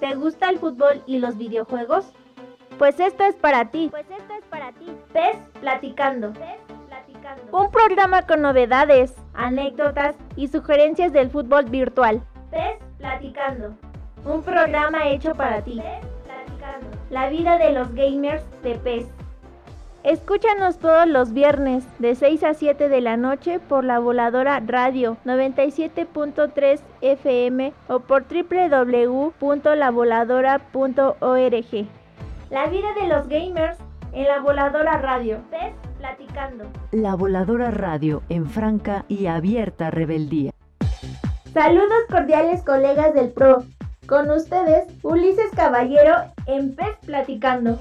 ¿Te gusta el fútbol y los videojuegos? Pues esto es para ti. PES Platicando. Un programa con novedades, anécdotas y sugerencias del fútbol virtual. PES Platicando. Un programa hecho para ti. La vida de los gamers de PES. Escúchanos todos los viernes de 6 a 7 de la noche por La Voladora Radio 97.3 FM o por www.lavoladora.org. La vida de los gamers en La Voladora Radio. PES Platicando. La Voladora Radio en franca y abierta rebeldía. Saludos cordiales, colegas del PRO. Con ustedes, Ulises Caballero en PES Platicando.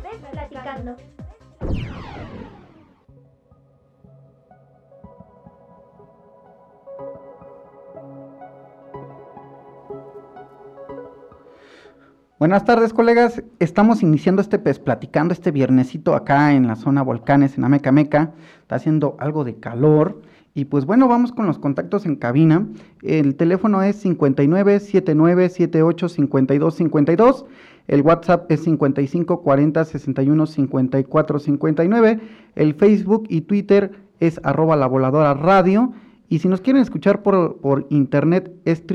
Buenas tardes, colegas. Estamos iniciando este PES Platicando este viernesito acá en la zona Volcanes, en Amecameca. Está haciendo algo de calor. Y pues bueno, vamos con los contactos en cabina. El teléfono es 5979785252. El WhatsApp es 5540615459. El Facebook y Twitter es @lavoladora_radio. Y si nos quieren escuchar por internet es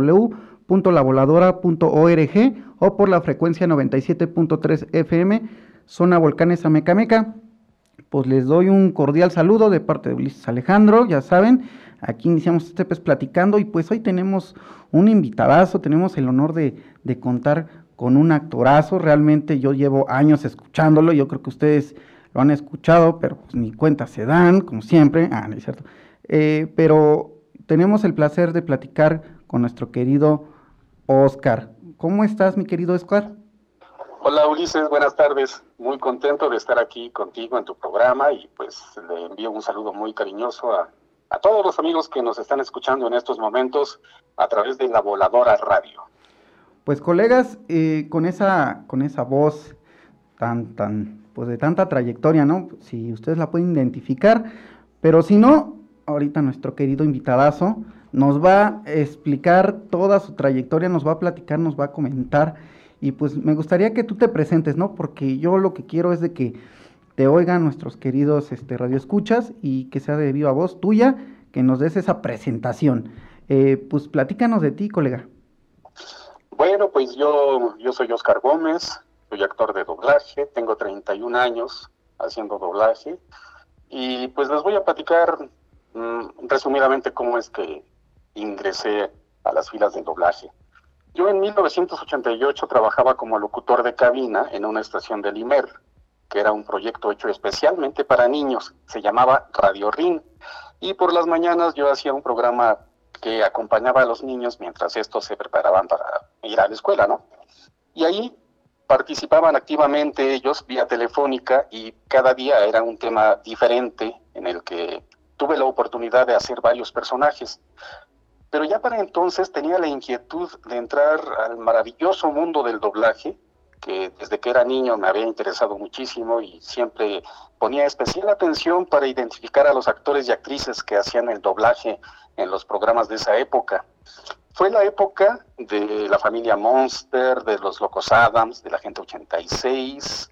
www.lavoladora.org o por la frecuencia 97.3 FM, zona Volcanes Amecameca. Pues les doy un cordial saludo de parte de Ulises Alejandro, ya saben, aquí iniciamos este PES Platicando y pues hoy tenemos un invitadazo, tenemos el honor de contar con un actorazo. Realmente yo llevo años escuchándolo, yo creo que ustedes lo han escuchado, pero pues ni cuenta se dan, como siempre, no es cierto, pero tenemos el placer de platicar con nuestro querido Oscar. ¿Cómo estás, mi querido Oscar? Hola Ulises, buenas tardes. Muy contento de estar aquí contigo en tu programa y pues le envío un saludo muy cariñoso a todos los amigos que nos están escuchando en estos momentos a través de La Voladora Radio. Pues colegas, con esa voz pues de tanta trayectoria, ¿no? Si ustedes la pueden identificar, pero si no, ahorita nuestro querido invitadazo nos va a explicar toda su trayectoria, nos va a platicar, nos va a comentar. Y pues me gustaría que tú te presentes, ¿no? Porque yo lo que quiero es de que te oigan nuestros queridos radioescuchas y que sea de viva voz tuya, que nos des esa presentación. Pues platícanos de ti, colega. Bueno, pues yo soy Oscar Gómez, soy actor de doblaje, tengo 31 años haciendo doblaje y pues les voy a platicar resumidamente cómo es que ingresé a las filas del doblaje. Yo en 1988 trabajaba como locutor de cabina en una estación del IMER, que era un proyecto hecho especialmente para niños, se llamaba Radio Rin, y por las mañanas yo hacía un programa que acompañaba a los niños mientras estos se preparaban para ir a la escuela, ¿no? Y ahí participaban activamente ellos vía telefónica y cada día era un tema diferente en el que tuve la oportunidad de hacer varios personajes. Pero ya para entonces tenía la inquietud de entrar al maravilloso mundo del doblaje, que desde que era niño me había interesado muchísimo y siempre ponía especial atención para identificar a los actores y actrices que hacían el doblaje en los programas de esa época. Fue la época de la familia Monster, de los Locos Adams, de la Agente 86,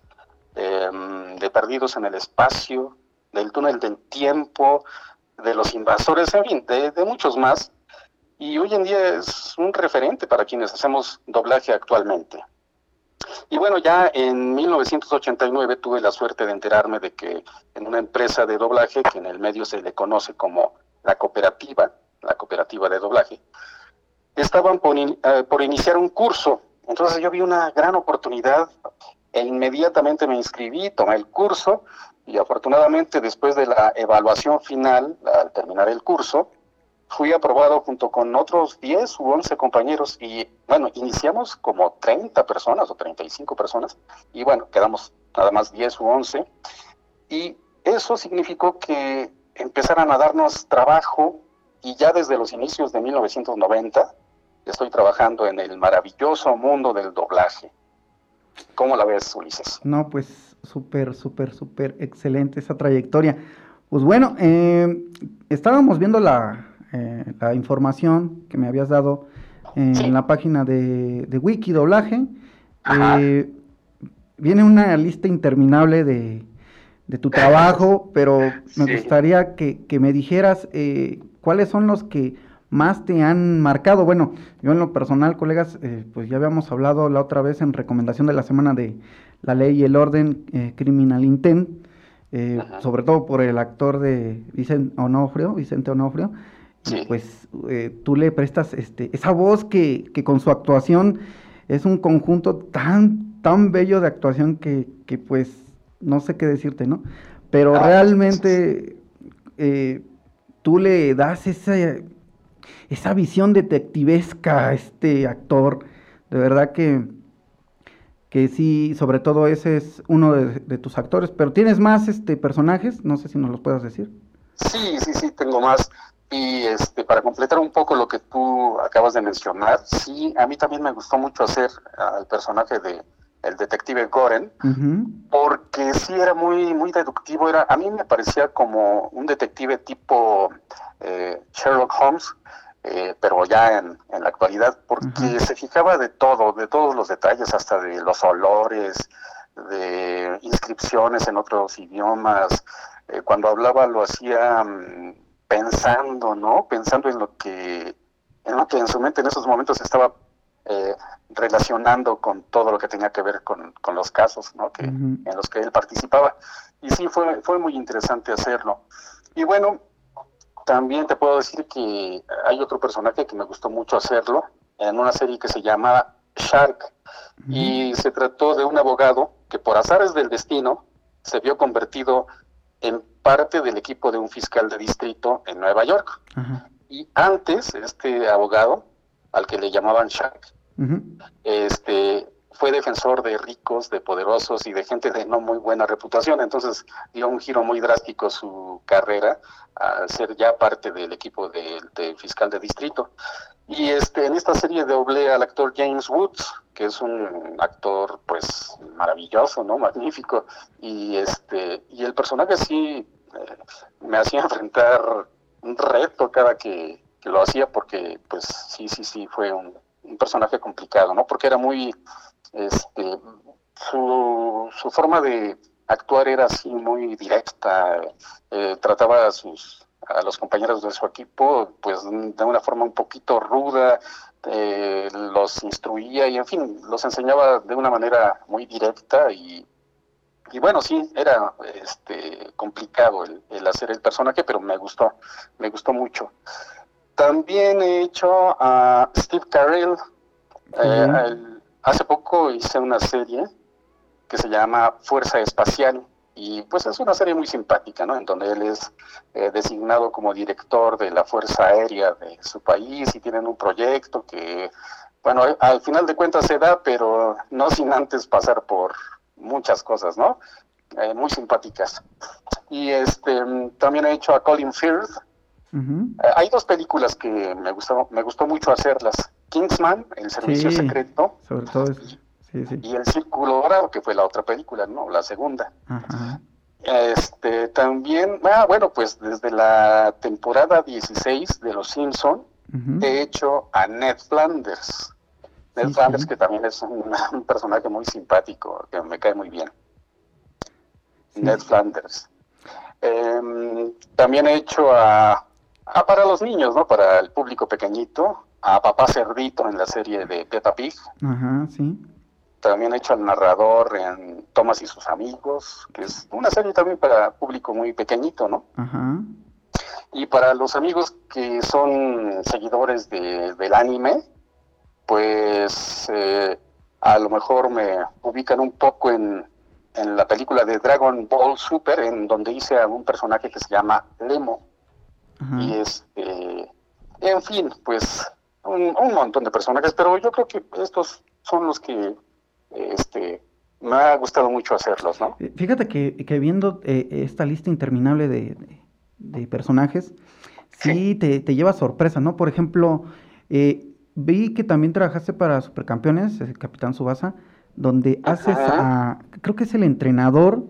de Perdidos en el Espacio, del Túnel del Tiempo, de Los Invasores, en fin, de muchos más. Y hoy en día es un referente para quienes hacemos doblaje actualmente. Y bueno, ya en 1989 tuve la suerte de enterarme de que en una empresa de doblaje, que en el medio se le conoce como la cooperativa de doblaje, estaban por iniciar un curso. Entonces yo vi una gran oportunidad e inmediatamente me inscribí, tomé el curso y afortunadamente después de la evaluación final, al terminar el curso, fui aprobado junto con otros 10 u 11 compañeros y bueno, iniciamos como 30 personas o 35 personas y bueno, quedamos nada más 10 u 11 y eso significó que empezaran a darnos trabajo y ya desde los inicios de 1990 estoy trabajando en el maravilloso mundo del doblaje. ¿Cómo la ves, Ulises? No, pues súper excelente esa trayectoria. Pues bueno, estábamos viendo la información que me habías dado en Sí. la página de Wiki Doblaje. Ajá. Viene una lista interminable de tu trabajo, pero me Sí. gustaría que me dijeras cuáles son los que más te han marcado. Bueno, yo en lo personal, colegas, pues ya habíamos hablado la otra vez en recomendación de la semana de La Ley y el Orden, Criminal Intent, Ajá. sobre todo por el actor de Vicente Onofrio, y Sí. pues tú le prestas esa voz que con su actuación es un conjunto tan bello de actuación que pues no sé qué decirte, ¿no? Pero Muchas gracias. realmente tú le das esa visión detectivesca a este actor, de verdad que sí, sobre todo ese es uno de tus actores, pero tienes más personajes, no sé si nos los puedas decir. Sí, tengo más. Y para completar un poco lo que tú acabas de mencionar, sí, a mí también me gustó mucho hacer al personaje de el detective Goren, Ujú, porque sí era muy deductivo, a mí me parecía como un detective tipo Sherlock Holmes, pero ya en la actualidad, porque ajá, se fijaba de todo, de todos los detalles, hasta de los olores, de inscripciones en otros idiomas. Cuando hablaba lo hacía pensando, ¿no? Pensando en lo que en su mente en esos momentos estaba eh, relacionando con todo lo que tenía que ver con los casos, ¿no? ujú, En los que él participaba. Y sí, fue muy interesante hacerlo. Y bueno, también te puedo decir que hay otro personaje que me gustó mucho hacerlo en una serie que se llama Shark. ujú, Y se trató de un abogado que por azares del destino se vio convertido en parte del equipo de un fiscal de distrito en Nueva York. ajá, Y antes, este abogado, al que le llamaban Shark, ujú, fue defensor de ricos, de poderosos y de gente de no muy buena reputación. Entonces dio un giro muy drástico su carrera a ser ya parte del equipo del fiscal de distrito. Y en esta serie doblé al actor James Woods, que es un actor pues maravilloso, ¿no? Magnífico. Y el personaje sí me hacía enfrentar un reto cada que lo hacía, porque pues sí, fue un personaje complicado, ¿no? Porque era muy, su forma de actuar era así muy directa, trataba a los compañeros de su equipo pues de una forma un poquito ruda, los instruía y en fin, los enseñaba de una manera muy directa y bueno, sí, era complicado el hacer el personaje, pero me gustó mucho. También he hecho a Steve Carell. sí, Hace poco hice una serie que se llama Fuerza Espacial y pues es una serie muy simpática, ¿no? En donde él es designado como director de la Fuerza Aérea de su país y tienen un proyecto que, bueno, al final de cuentas se da, pero no sin antes pasar por muchas cosas, ¿no? Muy simpáticas. Y también he hecho a Colin Firth. ujú, Hay dos películas que me gustó mucho hacerlas. Kingsman, El Servicio sí, Secreto, sobre todo eso, y, sí, sí, y El Círculo Dorado, que fue la otra película, ¿no? La segunda. ajá, También, bueno, pues desde la temporada 16 de Los Simpson ujú, he hecho a Ned Flanders. Ned sí, Flanders, sí, que también es un personaje muy simpático, que me cae muy bien. sí, Ned Flanders. También he hecho para los niños, ¿no? Para el público pequeñito, a Papá Cerdito en la serie de Peppa Pig. ajá, sí, También he hecho al narrador en Thomas y sus amigos, que es una serie también para público muy pequeñito, ¿no? ajá, Y para los amigos que son seguidores del anime, pues a lo mejor me ubican un poco en la película de Dragon Ball Super, en donde hice a un personaje que se llama Lemo. ajá. Y en fin, pues un montón de personajes, pero yo creo que estos son los que me ha gustado mucho hacerlos, ¿no? Fíjate que viendo esta lista interminable de personajes, Sí. sí te lleva sorpresa, ¿no? Por ejemplo, vi que también trabajaste para Supercampeones, Capitán Subasa, donde haces Ajá. creo que es el entrenador,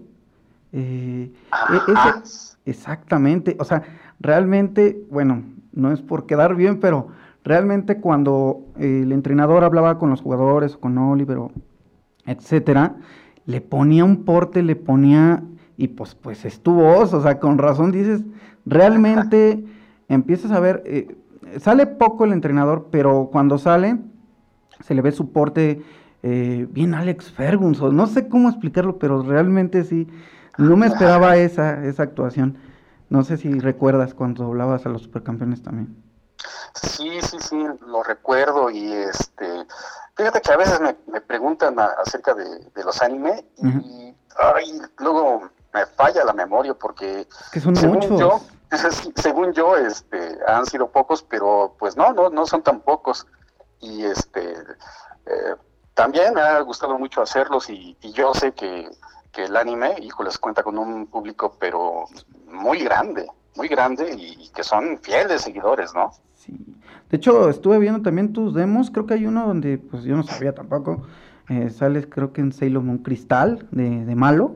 Ajá. ese, exactamente, o sea, realmente, bueno, no es por quedar bien, pero realmente cuando el entrenador hablaba con los jugadores, o con Oliver, etcétera, le ponía un porte, y pues es tu voz, o sea, con razón dices, realmente empiezas a ver, sale poco el entrenador, pero cuando sale, se le ve su porte, bien Alex Ferguson, no sé cómo explicarlo, pero realmente sí, no me esperaba esa actuación. No sé si recuerdas cuando hablabas a los Supercampeones también. Sí, lo recuerdo y fíjate que a veces me preguntan acerca de los anime y luego me falla la memoria porque que son muchos. Según yo, han sido pocos, pero pues no son tan pocos y también me ha gustado mucho hacerlos y yo sé que el anime, híjoles, cuenta con un público pero muy grande y que son fieles seguidores, ¿no? Sí. De hecho, estuve viendo también tus demos, creo que hay uno donde, pues yo no sabía tampoco, sales creo que en Sailor Moon Crystal, de malo.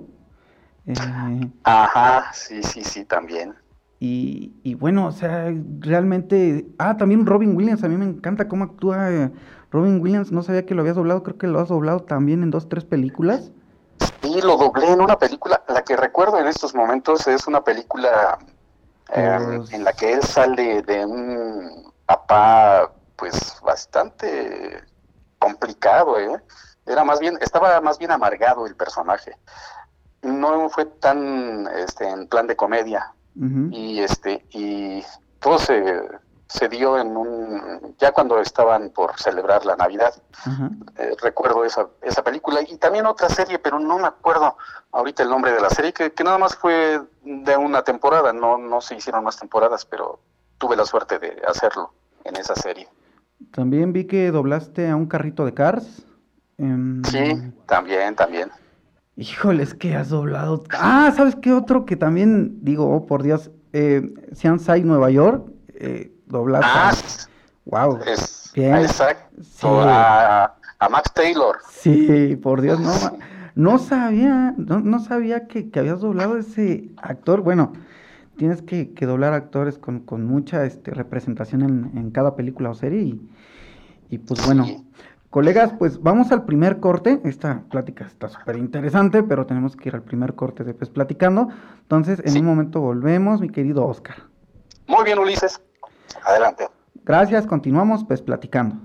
Ajá, sí, también. Y bueno, o sea, realmente, también Robin Williams, a mí me encanta cómo actúa Robin Williams, no sabía que lo habías doblado, creo que lo has doblado también en 2, 3 películas. Sí, lo doblé en una película, la que recuerdo en estos momentos es una película en la que él sale de un papá pues bastante complicado, estaba más bien amargado el personaje, no fue tan en plan de comedia. Uh-huh. Y todo se dio ya cuando estaban por celebrar la Navidad. Uh-huh. Recuerdo esa película y también otra serie, pero no me acuerdo ahorita el nombre de la serie, que nada más fue de una temporada, no se hicieron más temporadas, pero tuve la suerte de hacerlo en esa serie. También vi que doblaste a un carrito de Cars. Sí, también. Híjole, es que has doblado... ¿sabes qué otro que también, digo, por Dios, Seaside, Nueva York, doblaste? Wow, bien. Exacto, sí. A Max Taylor. Sí, por Dios, no sabía que habías doblado ese actor. Bueno, tienes que doblar actores con mucha representación en cada película o serie y pues bueno... Sí. Colegas, pues vamos al primer corte. Esta plática está súper interesante, pero tenemos que ir al primer corte de Pez Platicando. Entonces, en un momento volvemos, mi querido Oscar. Muy bien, Ulises. Adelante. Gracias, continuamos Pez Platicando.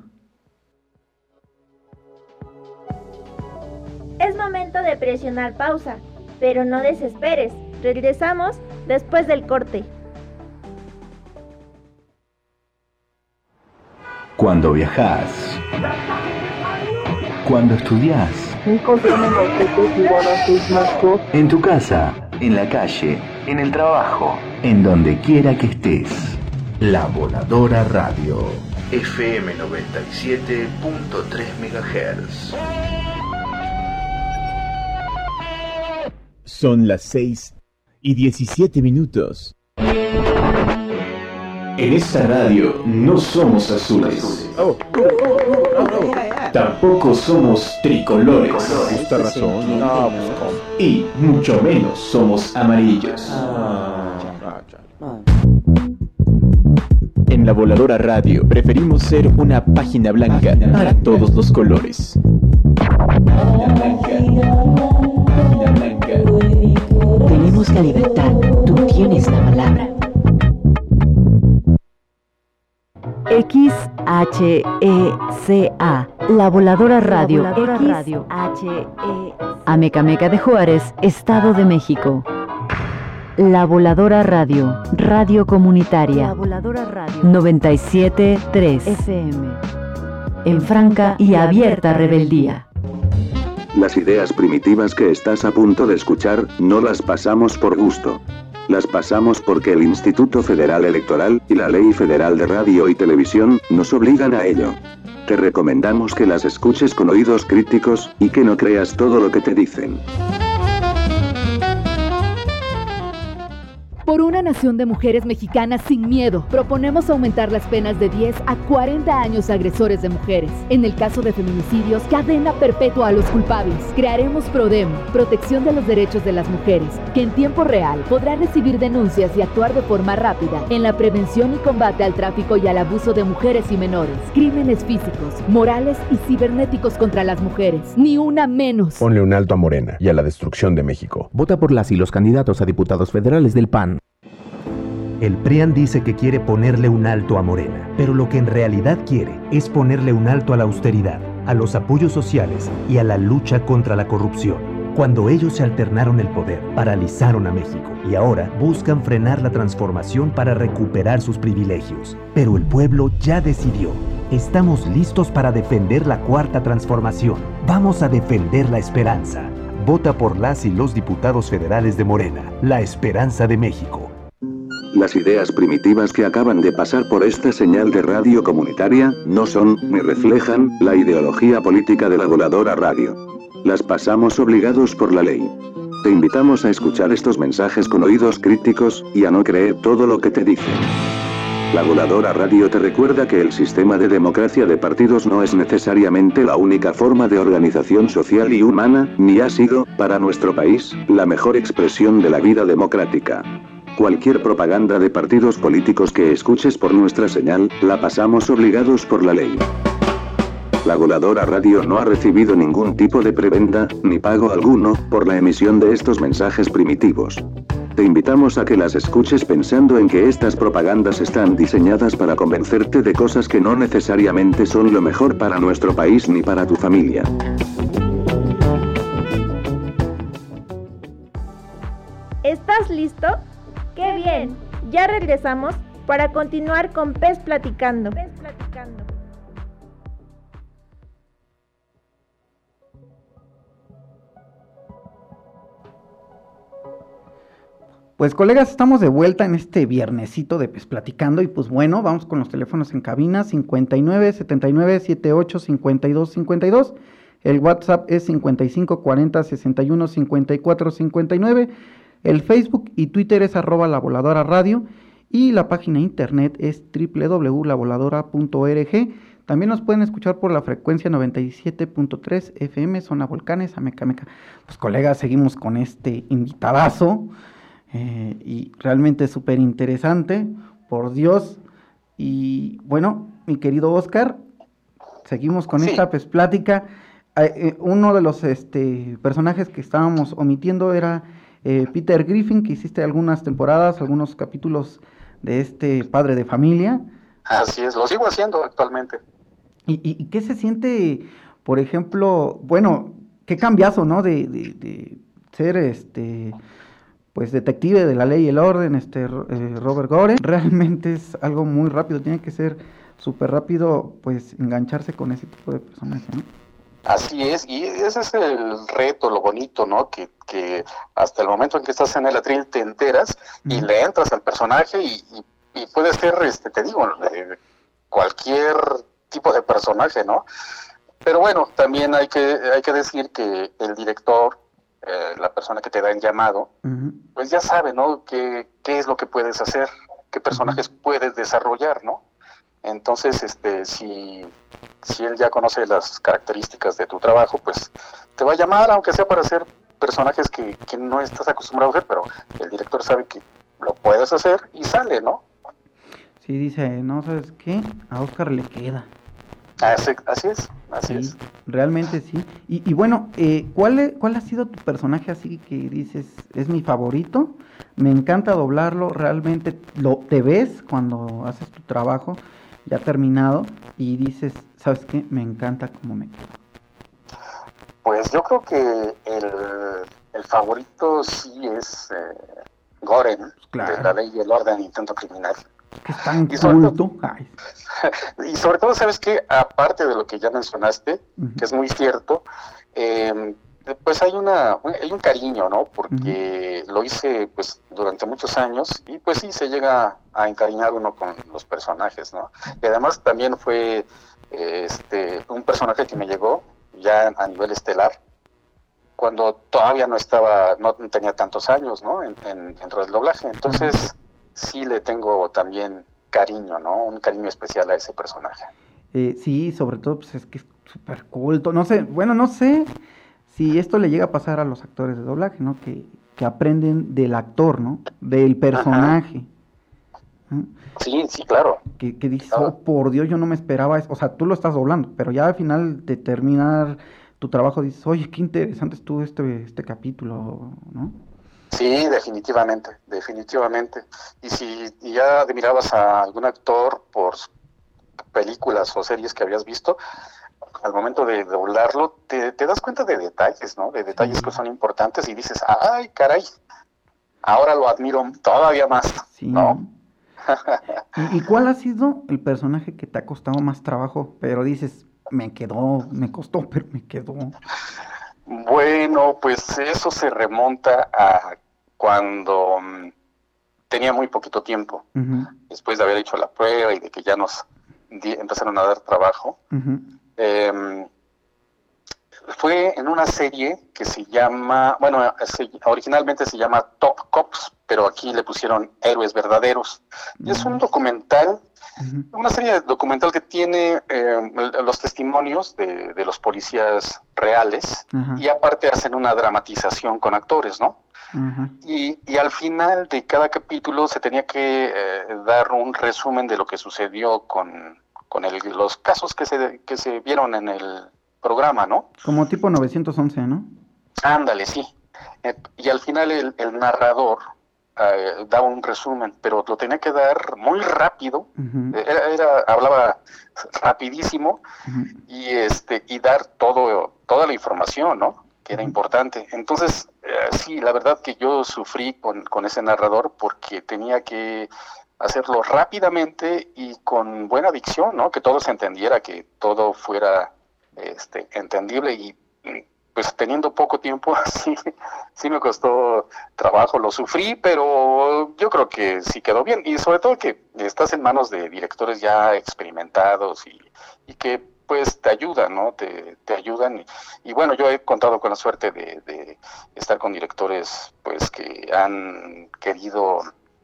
Es momento de presionar pausa, pero no desesperes. Regresamos después del corte. Cuando viajas, cuando estudias, en tu casa, en la calle, en el trabajo, en donde quiera que estés. La Voladora Radio, FM 97.3 MHz. Son las 6:17. En esta radio no somos azules. Tampoco somos tricolores. Justa razón. Y mucho menos somos amarillos. En la Voladora Radio preferimos ser una página blanca para todos los colores. Tenemos la libertad, tú tienes la palabra. XHECA, La Voladora Radio, Amecameca de Juárez, Estado de México. La Voladora Radio, Radio Comunitaria, 97.3 FM, en franca y abierta rebeldía. Las ideas primitivas que estás a punto de escuchar, no las pasamos por gusto. Las pasamos porque el Instituto Federal Electoral y la Ley Federal de Radio y Televisión nos obligan a ello. Te recomendamos que las escuches con oídos críticos y que no creas todo lo que te dicen. Por una nación de mujeres mexicanas sin miedo, proponemos aumentar las penas de 10 a 40 años a agresores de mujeres. En el caso de feminicidios, cadena perpetua a los culpables. Crearemos PRODEM, Protección de los Derechos de las Mujeres, que en tiempo real podrá recibir denuncias y actuar de forma rápida en la prevención y combate al tráfico y al abuso de mujeres y menores, crímenes físicos, morales y cibernéticos contra las mujeres. Ni una menos. Ponle un alto a Morena y a la destrucción de México. Vota por las y los candidatos a diputados federales del PAN. El PRIAN dice que quiere ponerle un alto a Morena, pero lo que en realidad quiere es ponerle un alto a la austeridad, a los apoyos sociales y a la lucha contra la corrupción. Cuando ellos se alternaron el poder, paralizaron a México y ahora buscan frenar la transformación para recuperar sus privilegios. Pero el pueblo ya decidió. Estamos listos para defender la cuarta transformación. Vamos a defender la esperanza. Vota por las y los diputados federales de Morena, la esperanza de México. Las ideas primitivas que acaban de pasar por esta señal de radio comunitaria no son, ni reflejan, la ideología política de la Voladora Radio. Las pasamos obligados por la ley. Te invitamos a escuchar estos mensajes con oídos críticos, y a no creer todo lo que te dicen. La Voladora Radio te recuerda que el sistema de democracia de partidos no es necesariamente la única forma de organización social y humana, ni ha sido, para nuestro país, la mejor expresión de la vida democrática. Cualquier propaganda de partidos políticos que escuches por nuestra señal, la pasamos obligados por la ley. La Voladora Radio no ha recibido ningún tipo de prebenda, ni pago alguno, por la emisión de estos mensajes primitivos. Te invitamos a que las escuches pensando en que estas propagandas están diseñadas para convencerte de cosas que no necesariamente son lo mejor para nuestro país ni para tu familia. ¿Estás listo? ¡Qué bien! Ya regresamos para continuar con Pez Platicando. Pues colegas, estamos de vuelta en este viernesito de Pez Platicando y pues bueno, vamos con los teléfonos en cabina 59 79 78 52 52. El WhatsApp es 55 40 61 54 59. El Facebook y Twitter es @lavoladora_radio y la página internet es www.lavoladora.org. También nos pueden escuchar por la frecuencia 97.3 FM, zona Volcanes, Amecameca. Pues colegas, seguimos con este invitadazo y realmente súper interesante, por Dios. Y bueno, mi querido Oscar, seguimos con esta pues, plática. Uno de los personajes que estábamos omitiendo era Peter Griffin, que hiciste algunas temporadas, algunos capítulos de este Padre de Familia. Así es, lo sigo haciendo actualmente. ¿Y qué se siente, por ejemplo, bueno, qué cambiazo, ¿no? De ser pues detective de la ley y el orden, Robert Gore. Realmente es algo muy rápido, tiene que ser súper rápido, pues engancharse con ese tipo de personajes, ¿no? Así es, y ese es el reto, lo bonito, ¿no? Que hasta el momento en que estás en el atril te enteras y le entras al personaje y puede ser, te digo, cualquier tipo de personaje, ¿no? Pero bueno, también hay que decir que el director, la persona que te da el llamado, pues ya sabe, ¿no? Qué es lo que puedes hacer, qué personajes puedes desarrollar, ¿no? Entonces, si él ya conoce las características de tu trabajo, pues te va a llamar, aunque sea para hacer personajes que no estás acostumbrado a hacer, pero el director sabe que lo puedes hacer y sale, ¿no? Sí, dice, no, ¿sabes qué? A Oscar le queda. Así es. Realmente sí. Y bueno, ¿cuál ha sido tu personaje así que dices, es mi favorito? Me encanta doblarlo, realmente te ves cuando haces tu trabajo ya terminado y dices, ¿sabes qué? Me encanta cómo me queda. Pues yo creo que el favorito sí es Goren, claro, de La Ley y el Orden, Intento Criminal. Que es tan culto. Y sobre todo, ¿sabes qué? Aparte de lo que ya mencionaste, que es muy cierto, pues hay un cariño, ¿no? Porque lo hice pues durante muchos años y pues sí se llega a encariñar uno con los personajes, ¿no? Y además también fue un personaje que me llegó ya a nivel estelar cuando todavía no tenía tantos años, ¿no? Dentro del doblaje. Entonces, sí le tengo también cariño, ¿no? Un cariño especial a ese personaje. Sí, sobre todo, pues es que es súper culto. No sé si esto le llega a pasar a los actores de doblaje, ¿no? Que aprenden del actor, ¿no? Del personaje. Sí, claro. Que dices, oh, por Dios, yo no me esperaba eso. O sea, tú lo estás doblando, pero ya al final de terminar tu trabajo dices, oye, qué interesante estuvo este capítulo, ¿no? Sí, definitivamente. Y si ya admirabas a algún actor por películas o series que habías visto, al momento de doblarlo, te das cuenta de detalles, ¿no? De detalles que son importantes y dices, ay, caray, ahora lo admiro todavía más, sí, ¿no? ¿Y cuál ha sido el personaje que te ha costado más trabajo, pero dices, me costó, pero me quedó? Bueno, pues eso se remonta a cuando tenía muy poquito tiempo, después de haber hecho la prueba y de que ya nos empezaron a dar trabajo. Fue en una serie que se llama, originalmente se llama Top Cops, pero aquí le pusieron Héroes Verdaderos. Y es un documental, una serie documental que tiene los testimonios de los policías reales, y aparte hacen una dramatización con actores, ¿no? Y al final de cada capítulo se tenía que dar un resumen de lo que sucedió con los casos que se vieron en el programa, ¿no? Como tipo 911, ¿no? Ándale, sí. Y al final el narrador daba un resumen, pero lo tenía que dar muy rápido. Hablaba rapidísimo y dar toda la información, ¿no? Que era importante. Entonces, sí, la verdad que yo sufrí con ese narrador porque tenía que hacerlo rápidamente y con buena dicción, ¿no? Que todo se entendiera, que todo fuera entendible, y pues teniendo poco tiempo, sí me costó trabajo, lo sufrí, pero yo creo que sí quedó bien, y sobre todo que estás en manos de directores ya experimentados y que pues te ayudan, ¿no? Te ayudan, y bueno, yo he contado con la suerte de estar con directores pues que han querido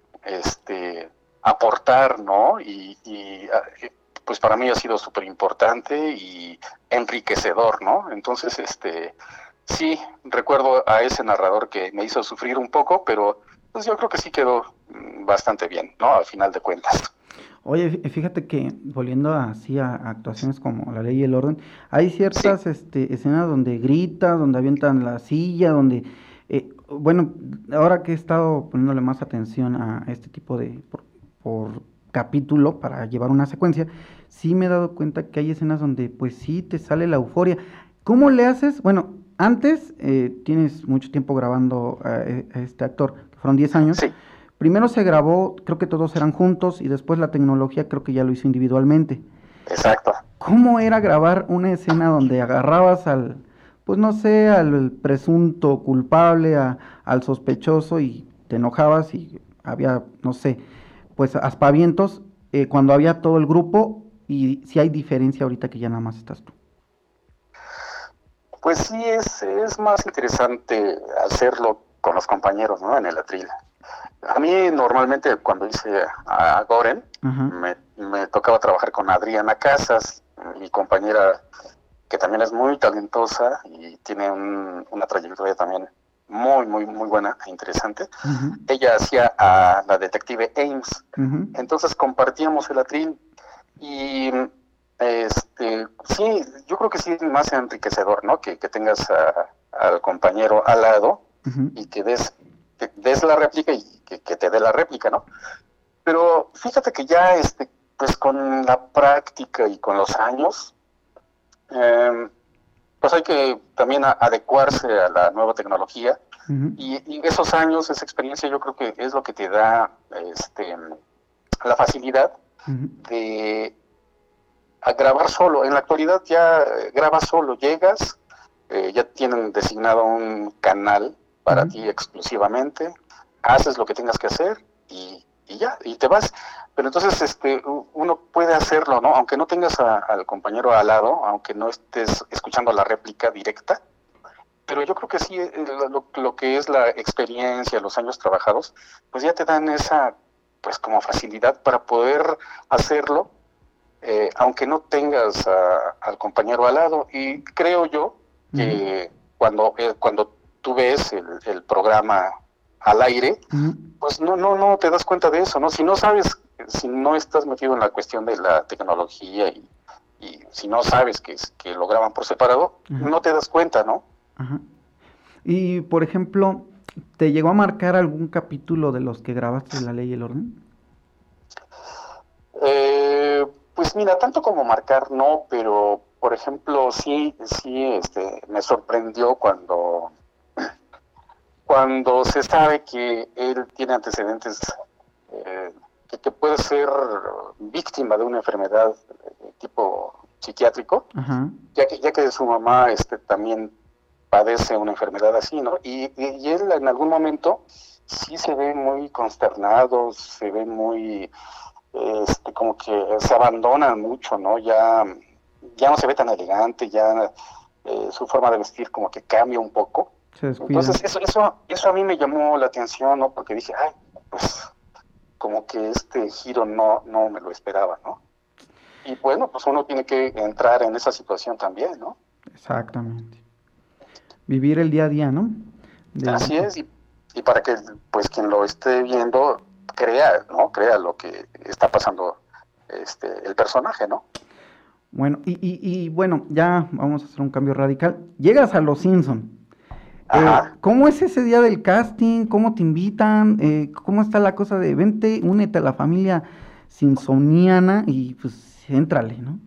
aportar, ¿no? Y pues para mí ha sido súper importante y enriquecedor, ¿no? Entonces, sí, recuerdo a ese narrador que me hizo sufrir un poco, pero pues yo creo que sí quedó bastante bien, ¿no? Al final de cuentas. Oye, fíjate que volviendo así a actuaciones como La Ley y el Orden, hay ciertas escenas donde grita, donde avientan la silla, donde... bueno, ahora que he estado poniéndole más atención a este tipo de... por capítulo para llevar una secuencia, sí me he dado cuenta que hay escenas donde pues sí te sale la euforia. ¿Cómo le haces? Bueno, antes tienes mucho tiempo grabando a este actor, que fueron 10 años. Sí. Primero se grabó, creo que todos eran juntos, y después la tecnología creo que ya lo hizo individualmente. Exacto. ¿Cómo era grabar una escena donde agarrabas al presunto culpable, al sospechoso, y te enojabas y había, no sé, pues aspavientos cuando había todo el grupo, y si hay diferencia ahorita que ya nada más estás tú? Pues sí, es más interesante hacerlo con los compañeros, ¿no? En el atril. A mí normalmente cuando hice a Goren, me tocaba trabajar con Adriana Casas, mi compañera que también es muy talentosa y tiene una trayectoria también muy, muy, muy buena e interesante. Ella hacía a la detective Ames. Entonces compartíamos el atril y sí, yo creo que sí es más enriquecedor, ¿no? Que tengas al compañero al lado y que des la réplica y que te dé la réplica, ¿no? Pero fíjate que ya pues con la práctica y con los años, pues hay que también adecuarse a la nueva tecnología, y esos años, esa experiencia, yo creo que es lo que te da la facilidad de grabar solo. En la actualidad ya grabas solo, llegas, ya tienen designado un canal para ti exclusivamente, haces lo que tengas que hacer y ya, y te vas. Pero entonces uno puede hacerlo, ¿no? Aunque no tengas al compañero al lado, aunque no estés escuchando la réplica directa, pero yo creo que sí, lo que es la experiencia, los años trabajados, pues ya te dan esa, pues como facilidad para poder hacerlo, aunque no tengas al compañero al lado. Y creo yo que cuando tú ves el programa al aire, pues no te das cuenta de eso, ¿no? Si no sabes, si no estás metido en la cuestión de la tecnología y si no sabes que lo graban por separado, no te das cuenta, ¿no? Ajá. Y, por ejemplo, ¿te llegó a marcar algún capítulo de los que grabaste de La Ley y el Orden? Pues mira, tanto como marcar no, pero, por ejemplo, sí, me sorprendió cuando se sabe que él tiene antecedentes, que puede ser víctima de una enfermedad de tipo psiquiátrico, ya que su mamá también padece una enfermedad así, ¿no? Y él en algún momento sí se ve muy consternado, se ve muy, como que se abandona mucho, ¿no? Ya no se ve tan elegante, ya su forma de vestir como que cambia un poco. Entonces eso a mí me llamó la atención, ¿no? Porque dije, ay, pues como que este giro no me lo esperaba, ¿no? Y bueno, pues uno tiene que entrar en esa situación también, ¿no? Exactamente. Vivir el día a día, ¿no? Así es, y para que pues quien lo esté viendo crea, ¿no? Crea lo que está pasando el personaje, ¿no? Bueno, y bueno, ya vamos a hacer un cambio radical. Llegas a Los Simpson. ¿Cómo es ese día del casting? ¿Cómo te invitan? ¿Cómo está la cosa de vente, únete a la familia simpsoniana y pues éntrale, ¿no?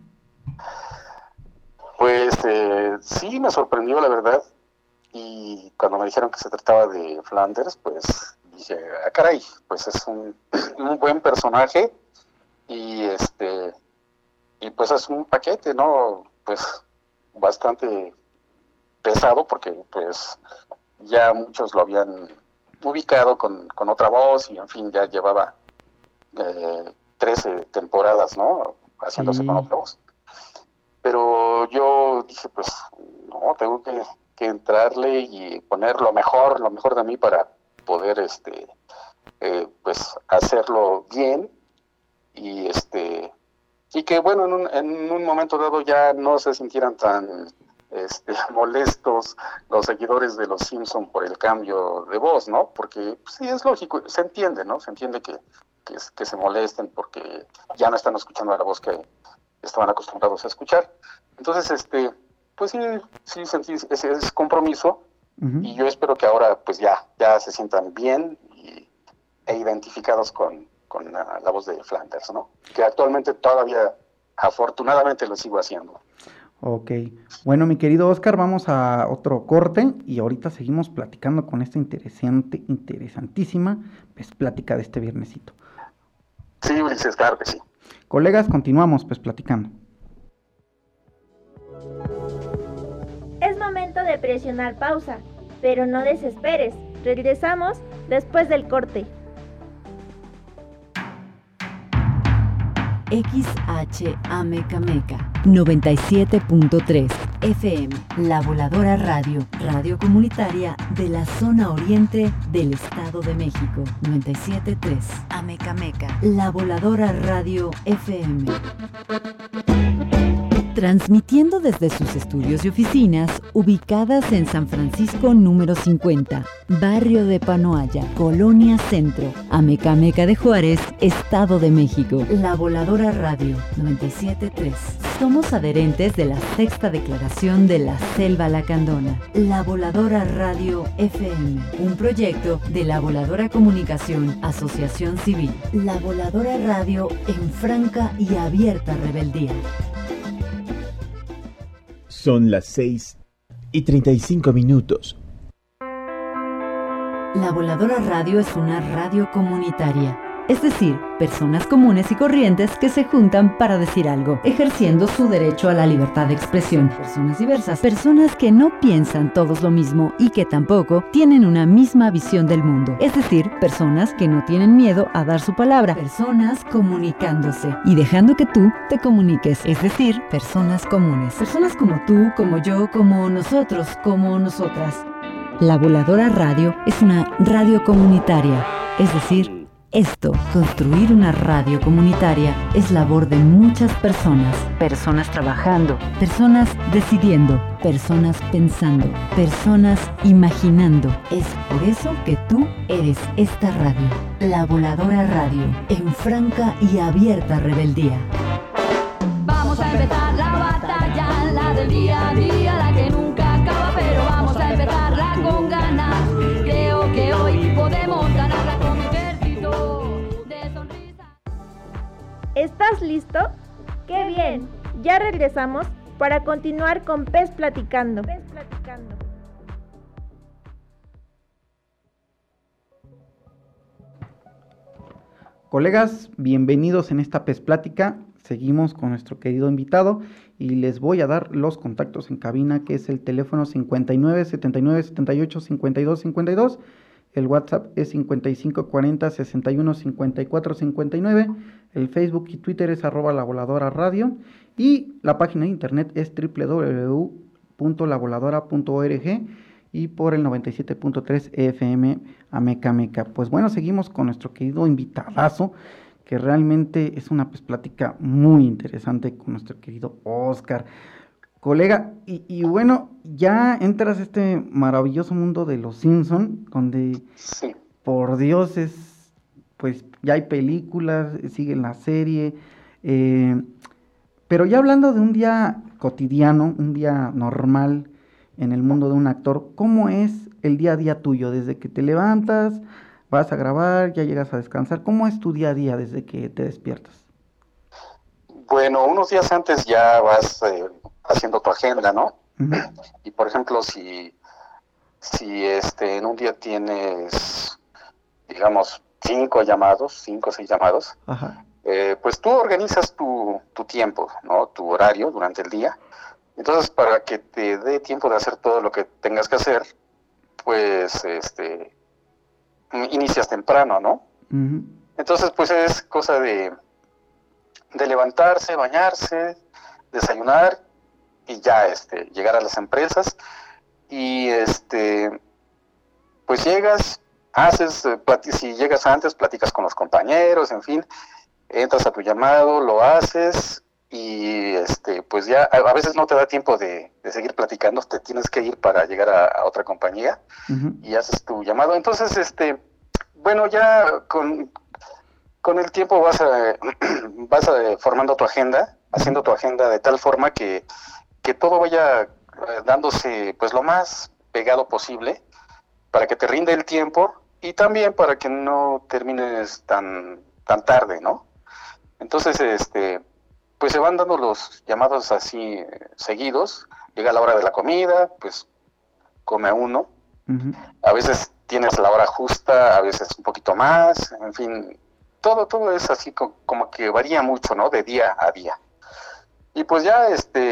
Pues sí, me sorprendió la verdad, y cuando me dijeron que se trataba de Flanders, pues dije, caray, pues es un buen personaje y pues es un paquete, ¿no? Pues bastante pesado, porque pues ya muchos lo habían ubicado con otra voz y en fin, ya llevaba 13 temporadas, ¿no? Haciéndose con otra voz. Pero yo dije, pues no, tengo que entrarle y poner lo mejor de mí para poder pues hacerlo bien y que bueno, en un momento dado ya no se sintieran tan molestos los seguidores de Los Simpson por el cambio de voz, ¿no? Porque pues, sí, es lógico, se entiende, ¿no? Se entiende que se molesten porque ya no están escuchando la voz que estaban acostumbrados a escuchar. Entonces, pues sí sentí ese compromiso, y yo espero que ahora pues ya se sientan bien e identificados con la voz de Flanders, ¿no? Que actualmente todavía, afortunadamente, lo sigo haciendo. Ok, bueno, mi querido Oscar, vamos a otro corte y ahorita seguimos platicando con esta interesantísima pues plática de este viernesito. Sí, Ulises, claro que sí. Colegas, continuamos pues platicando. Es momento de presionar pausa, pero no desesperes. Regresamos después del corte. XHAMECAMECA 97.3 FM, La Voladora Radio, radio comunitaria de la zona oriente del Estado de México. 97.3 AMECAMECA, La Voladora Radio FM. Transmitiendo desde sus estudios y oficinas ubicadas en San Francisco número 50, Barrio de Panoaya, Colonia Centro, Amecameca de Juárez, Estado de México. La Voladora Radio 97.3. Somos adherentes de la Sexta Declaración de la Selva Lacandona. La Voladora Radio FM, un proyecto de La Voladora Comunicación, Asociación Civil. La Voladora Radio en franca y abierta rebeldía. Son las 6:35. La Voladora Radio es una radio comunitaria. es decir, personas comunes y corrientes que se juntan para decir algo, ejerciendo su derecho a la libertad de expresión. Personas diversas, personas que no piensan todos lo mismo y que tampoco tienen una misma visión del mundo, es decir, personas que no tienen miedo a dar su palabra, personas comunicándose y dejando que tú te comuniques, es decir, personas comunes, personas como tú, como yo, como nosotros, como nosotras. La Voladora Radio es una radio comunitaria, es decir, esto, construir una radio comunitaria, es labor de muchas personas. Personas trabajando, personas decidiendo, personas pensando, personas imaginando. Es por eso que tú eres esta radio, La Voladora Radio, en franca y abierta rebeldía. Vamos a empezar la batalla, la del día a día, la que nunca acaba, pero vamos a empezarla con ganas. Creo que hoy podemos ganarla con mi ejército de sonrisas. ¿Estás listo? ¡Qué bien! Ya regresamos para continuar con Pez Platicando. Colegas, bienvenidos en esta Pez Plática. Seguimos con nuestro querido invitado y les voy a dar los contactos en cabina, que es el teléfono 59 79 78 52 52. El WhatsApp es 55 40 61 54 59. El Facebook y Twitter es @lavoladora_radio. Y la página de internet es www.lavoladora.org y por el 97.3 FM Amecameca. Pues bueno, seguimos con nuestro querido invitadazo, que realmente es una plática muy interesante con nuestro querido Oscar. Colega, y bueno, ya entras a este maravilloso mundo de los Simpson, donde, sí, por Dios, pues ya hay películas, sigue la serie, pero ya hablando de un día cotidiano, un día normal en el mundo de un actor, ¿cómo es el día a día tuyo? Desde que te levantas, vas a grabar, ya llegas a descansar, ¿cómo es tu día a día desde que te despiertas? Bueno, unos días antes ya vas haciendo tu agenda, ¿no? Uh-huh. Y por ejemplo, si en un día tienes, digamos, 5 o 6 llamados, Ajá. Pues tú organizas tu tiempo, ¿no? Tu horario durante el día. Entonces, para que te dé tiempo de hacer todo lo que tengas que hacer, pues, inicias temprano, ¿no? Uh-huh. Entonces, pues es cosa de levantarse, bañarse, desayunar y ya llegar a las empresas y pues llegas, si llegas antes, platicas con los compañeros, en fin, entras a tu llamado, lo haces y pues ya a veces no te da tiempo de seguir platicando, te tienes que ir para llegar a otra compañía. Uh-huh. Y haces tu llamado. Entonces, bueno, ya con el tiempo vas formando tu agenda, haciendo tu agenda de tal forma que todo vaya dándose pues lo más pegado posible para que te rinda el tiempo y también para que no termines tan tarde, ¿no? Entonces, pues se van dando los llamados así seguidos, llega la hora de la comida, pues come uno, uh-huh. A veces tienes la hora justa, a veces un poquito más, en fin, todo es así como que varía mucho, ¿no? De día a día. Y pues ya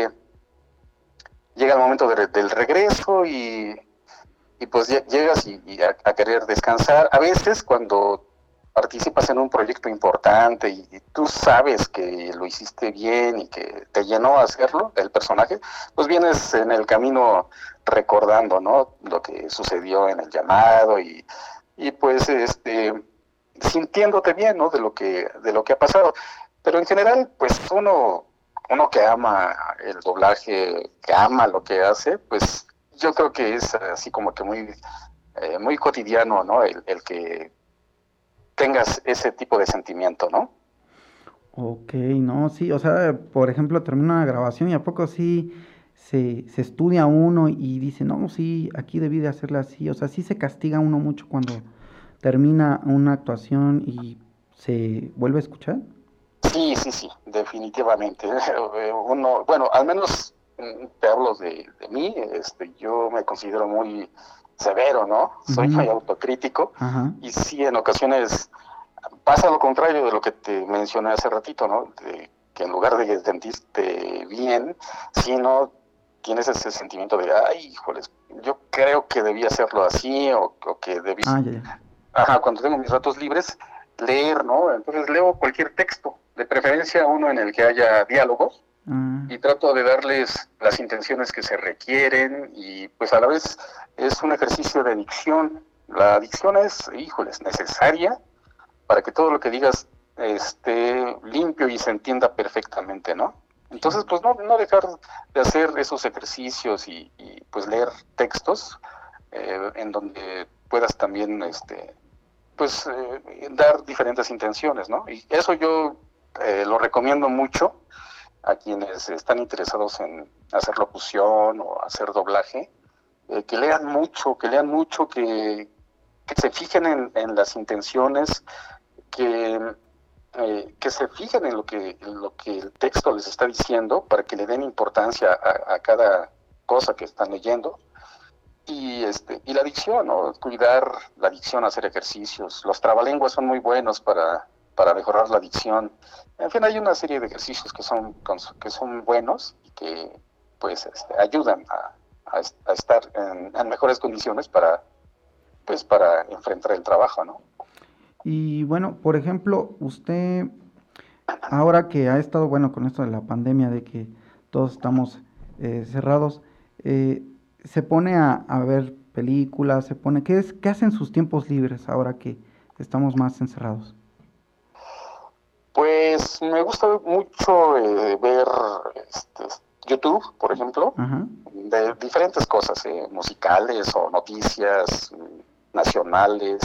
llega el momento del regreso y pues llegas a querer descansar. A veces cuando participas en un proyecto importante y tú sabes que lo hiciste bien y que te llenó hacerlo, el personaje, pues vienes en el camino recordando, ¿no? Lo que sucedió en el llamado y pues sintiéndote bien, ¿no? De lo que ha pasado. Pero en general, pues uno que ama el doblaje, que ama lo que hace, pues yo creo que es así como que muy cotidiano, ¿no? El que tengas ese tipo de sentimiento, ¿no? Ok, no, sí, o sea, por ejemplo, termina una grabación y a poco sí se estudia uno y dice, no, sí, aquí debí de hacerla así, o sea, sí se castiga uno mucho cuando termina una actuación y se vuelve a escuchar. Sí, definitivamente. Bueno, al menos te hablo de mí, yo me considero muy severo, ¿no? Soy muy autocrítico. Ajá. Y sí, en ocasiones pasa lo contrario de lo que te mencioné hace ratito, ¿no? De que en lugar de que sentiste bien, sino tienes ese sentimiento de, ay, híjoles, yo creo que debía hacerlo así, o que debí... cuando tengo mis ratos libres, leer, ¿no? Entonces leo cualquier texto, de preferencia uno en el que haya diálogos, y trato de darles las intenciones que se requieren, y pues a la vez es un ejercicio de dicción. La dicción es, híjoles, necesaria para que todo lo que digas esté limpio y se entienda perfectamente, ¿no? Entonces, pues no dejar de hacer esos ejercicios y pues leer textos en donde puedas también dar diferentes intenciones, ¿no? Y eso yo lo recomiendo mucho a quienes están interesados en hacer locución o hacer doblaje, que lean mucho, que se fijen en las intenciones, que se fijen en lo que el texto les está diciendo, para que le den importancia a cada cosa que están leyendo. Y la dicción, ¿no? Cuidar la dicción, hacer ejercicios. Los trabalenguas son muy buenos para mejorar la dicción. En fin, hay una serie de ejercicios que son buenos y que pues ayudan a estar en mejores condiciones para enfrentar el trabajo, ¿no? Y bueno, por ejemplo, usted, ahora que ha estado, con esto de la pandemia, de que todos estamos cerrados, se pone a ver películas, ¿qué hace en sus tiempos libres ahora que estamos más encerrados? Pues me gusta mucho ver YouTube, por ejemplo, de diferentes cosas, musicales o noticias nacionales.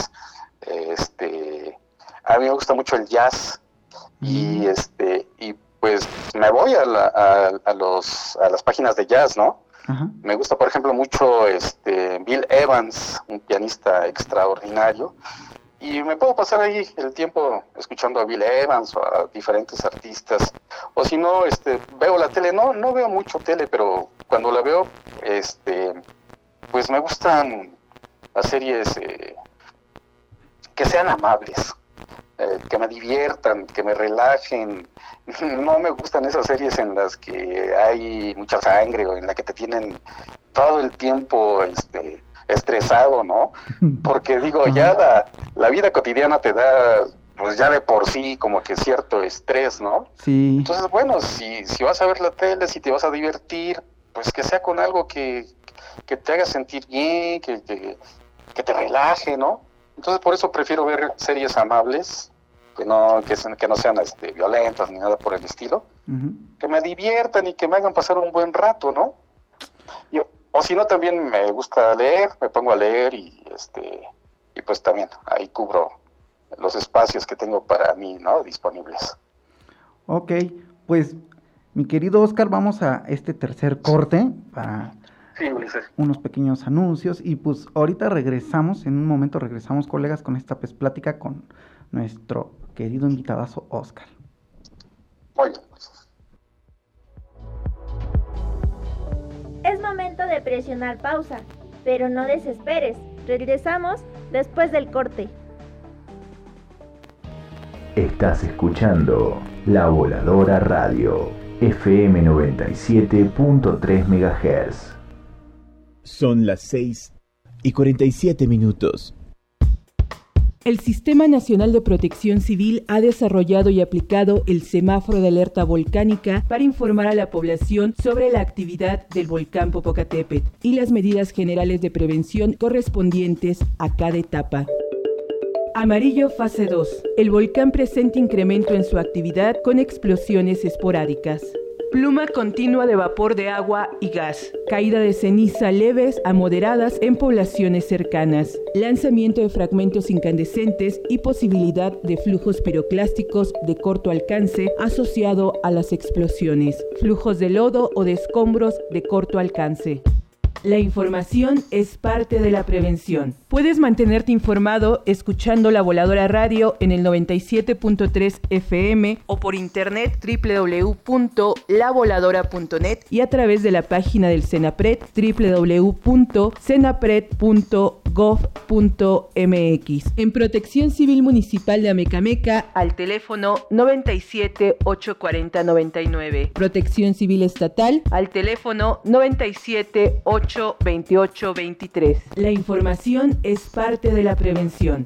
A mí me gusta mucho el jazz y pues me voy a las páginas de jazz, ¿no? Me gusta, por ejemplo, mucho Bill Evans, un pianista extraordinario, y me puedo pasar ahí el tiempo escuchando a Bill Evans o a diferentes artistas. O si no, veo la tele. No veo mucho tele, pero cuando la veo, pues me gustan las series que sean amables, que me diviertan, que me relajen. No me gustan esas series en las que hay mucha sangre o en las que te tienen todo el tiempo estresado, ¿no? Porque digo, ya la vida cotidiana te da, pues ya de por sí, como que cierto estrés, ¿no? Sí. Entonces, bueno, si vas a ver la tele, si te vas a divertir, pues que sea con algo que te haga sentir bien, que te relaje, ¿no? Entonces, por eso prefiero ver series amables, que no sean violentas ni nada por el estilo, que me diviertan y que me hagan pasar un buen rato, ¿no? O si no, también me gusta leer, me pongo a leer y pues también ahí cubro los espacios que tengo para mí, ¿no? Disponibles. Ok, pues mi querido Oscar, vamos a este tercer corte para unos pequeños anuncios y pues ahorita regresamos, en un momento regresamos, colegas, con esta plática con nuestro querido invitadazo Oscar. Muy bien. Es momento de presionar pausa, pero no desesperes. Regresamos después del corte. Estás escuchando La Voladora Radio, FM 97.3 MHz. Son las 6:47. El Sistema Nacional de Protección Civil ha desarrollado y aplicado el semáforo de alerta volcánica para informar a la población sobre la actividad del volcán Popocatépetl y las medidas generales de prevención correspondientes a cada etapa. Amarillo fase 2. El volcán presenta incremento en su actividad con explosiones esporádicas. Pluma continua de vapor de agua y gas. Caída de ceniza leves a moderadas en poblaciones cercanas. Lanzamiento de fragmentos incandescentes y posibilidad de flujos piroclásticos de corto alcance asociado a las explosiones. Flujos de lodo o de escombros de corto alcance. La información es parte de la prevención. Puedes mantenerte informado escuchando La Voladora Radio en el 97.3 FM o por internet www.lavoladora.net y a través de la página del CENAPRED www.cenapred.gov.mx. En Protección Civil Municipal de Amecameca al teléfono 97 840 99. Protección Civil Estatal al teléfono 97 828 23. La información es parte de la prevención.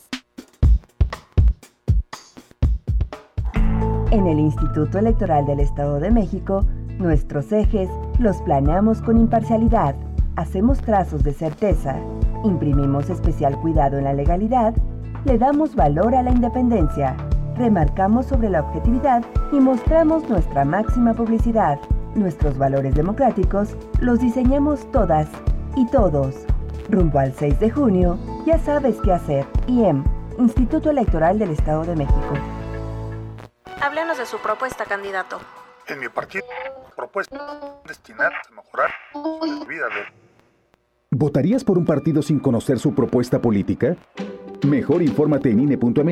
En el Instituto Electoral del Estado de México, nuestros ejes los planeamos con imparcialidad, hacemos trazos de certeza, imprimimos especial cuidado en la legalidad, le damos valor a la independencia, remarcamos sobre la objetividad y mostramos nuestra máxima publicidad. Nuestros valores democráticos los diseñamos todas y todos. Rumbo al 6 de junio, ya sabes qué hacer. IEM, Instituto Electoral del Estado de México. Háblenos de su propuesta, candidato. En mi partido, propuesta destinada a mejorar la vida de... ¿Votarías por un partido sin conocer su propuesta política? Mejor infórmate en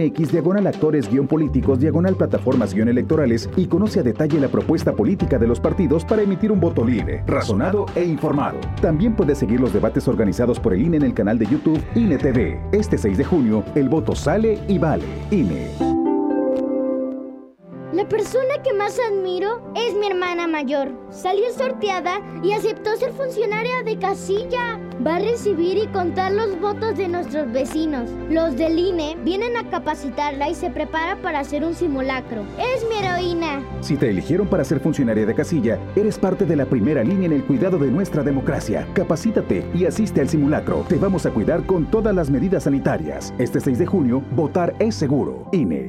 INE.mx/actores-políticos/plataformas-electorales y conoce a detalle la propuesta política de los partidos para emitir un voto libre, razonado e informado. También puedes seguir los debates organizados por el INE en el canal de YouTube INE TV. Este 6 de junio, el voto sale y vale. INE. La persona que más admiro es mi hermana mayor. Salió sorteada y aceptó ser funcionaria de casilla. Va a recibir y contar los votos de nuestros vecinos. Los del INE vienen a capacitarla y se prepara para hacer un simulacro. Es mi heroína. Si te eligieron para ser funcionaria de casilla, eres parte de la primera línea en el cuidado de nuestra democracia. Capacítate y asiste al simulacro. Te vamos a cuidar con todas las medidas sanitarias. Este 6 de junio, votar es seguro. INE.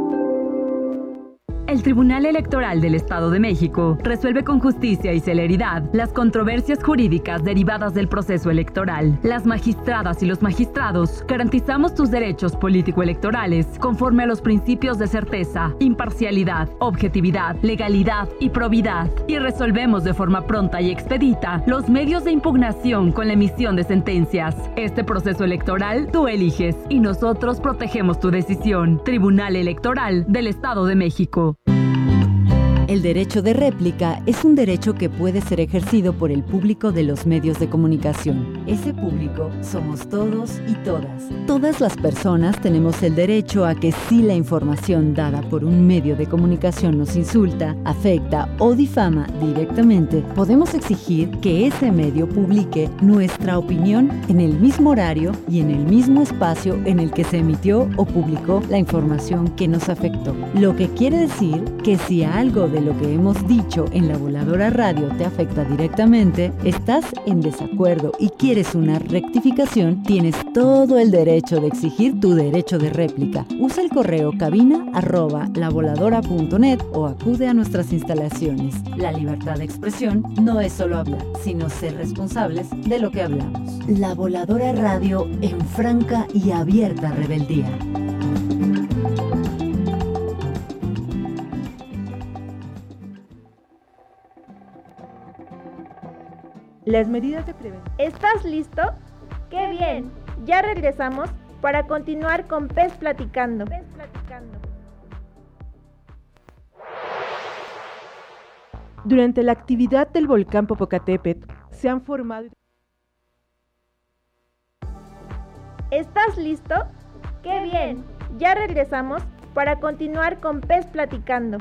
El Tribunal Electoral del Estado de México resuelve con justicia y celeridad las controversias jurídicas derivadas del proceso electoral. Las magistradas y los magistrados garantizamos tus derechos político-electorales conforme a los principios de certeza, imparcialidad, objetividad, legalidad y probidad. Y resolvemos de forma pronta y expedita los medios de impugnación con la emisión de sentencias. Este proceso electoral tú eliges y nosotros protegemos tu decisión. Tribunal Electoral del Estado de México. El derecho de réplica es un derecho que puede ser ejercido por el público de los medios de comunicación. Ese público somos todos y todas. Todas las personas tenemos el derecho a que si la información dada por un medio de comunicación nos insulta, afecta o difama directamente, podemos exigir que ese medio publique nuestra opinión en el mismo horario y en el mismo espacio en el que se emitió o publicó la información que nos afectó. Lo que quiere decir que si algo de lo que hemos dicho en La Voladora Radio te afecta directamente, estás en desacuerdo y quieres una rectificación, tienes todo el derecho de exigir tu derecho de réplica. Usa el correo cabina@lavoladora.net o acude a nuestras instalaciones. La libertad de expresión no es solo hablar, sino ser responsables de lo que hablamos. La Voladora Radio en franca y abierta rebeldía. Las medidas de prevención. ¿Estás listo? ¡Qué bien! Ya regresamos para continuar con Pez Platicando. Durante la actividad del volcán Popocatépetl se han formado... ¿Estás listo? ¡Qué bien! Ya regresamos para continuar con Pez Platicando.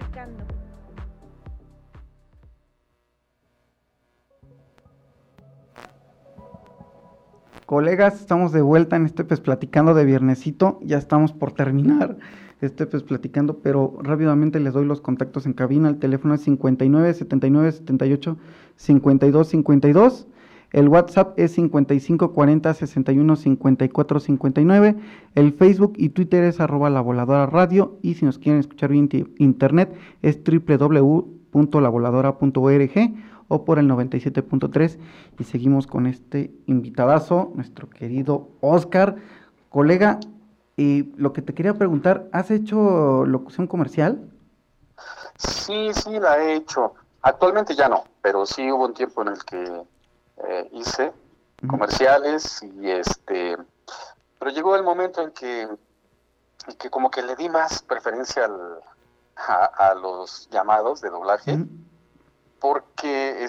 Colegas, estamos de vuelta en este Pez Platicando de viernesito. Ya estamos por terminar este Pez Platicando, pero rápidamente les doy los contactos en cabina. El teléfono es 59 79 78 52 52. El WhatsApp es 55 40 61 54 59. El Facebook y Twitter es @lavoladora-radio. Y si nos quieren escuchar vía internet es www.lavoladora.org o por el 97.3. Y seguimos con este invitadazo, nuestro querido Oscar. Colega, lo que te quería preguntar, ¿has hecho locución comercial? Sí, la he hecho. Actualmente ya no, pero sí hubo un tiempo en el que hice comerciales y pero llegó el momento en que como que le di más preferencia a los llamados de doblaje, porque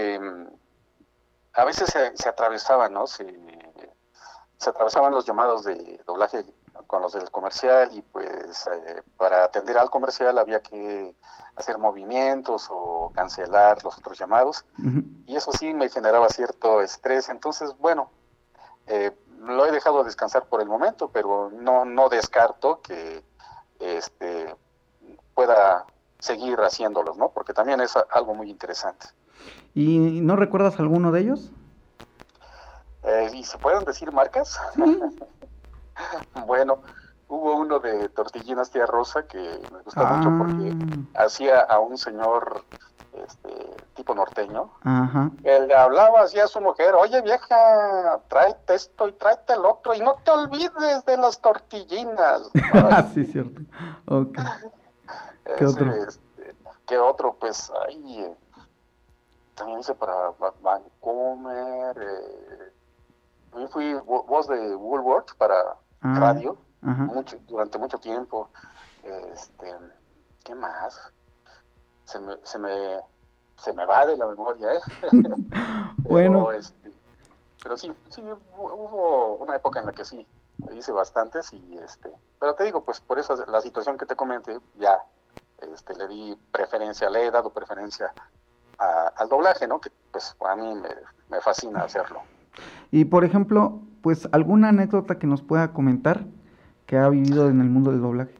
a veces se atravesaban, ¿no? Se atravesaban los llamados de doblaje con los del comercial y pues para atender al comercial había que hacer movimientos o cancelar los otros llamados, y eso sí me generaba cierto estrés. Entonces, bueno, lo he dejado descansar por el momento, pero no descarto que pueda seguir haciéndolos, ¿no? Porque también es algo muy interesante. ¿Y no recuerdas alguno de ellos? ¿Y se pueden decir marcas? Sí. Bueno, hubo uno de Tortillinas Tía Rosa que me gustó mucho porque hacía a un señor tipo norteño, que le hablaba así a su mujer: oye vieja, tráete esto y tráete el otro y no te olvides de las tortillinas. Sí, cierto. Okay. ¿Qué otro? Pues ahí también hice para Vancomer, también fui voz de Woolworth para radio durante mucho tiempo. ¿Qué más? Se me va de la memoria, Bueno. Pero sí, hubo una época en la que sí, hice bastantes pero te digo, pues por eso la situación que te comenté, ya le he dado preferencia al doblaje, ¿no? Que pues a mí me fascina hacerlo. Y por ejemplo, pues alguna anécdota que nos pueda comentar que ha vivido en el mundo del doblaje.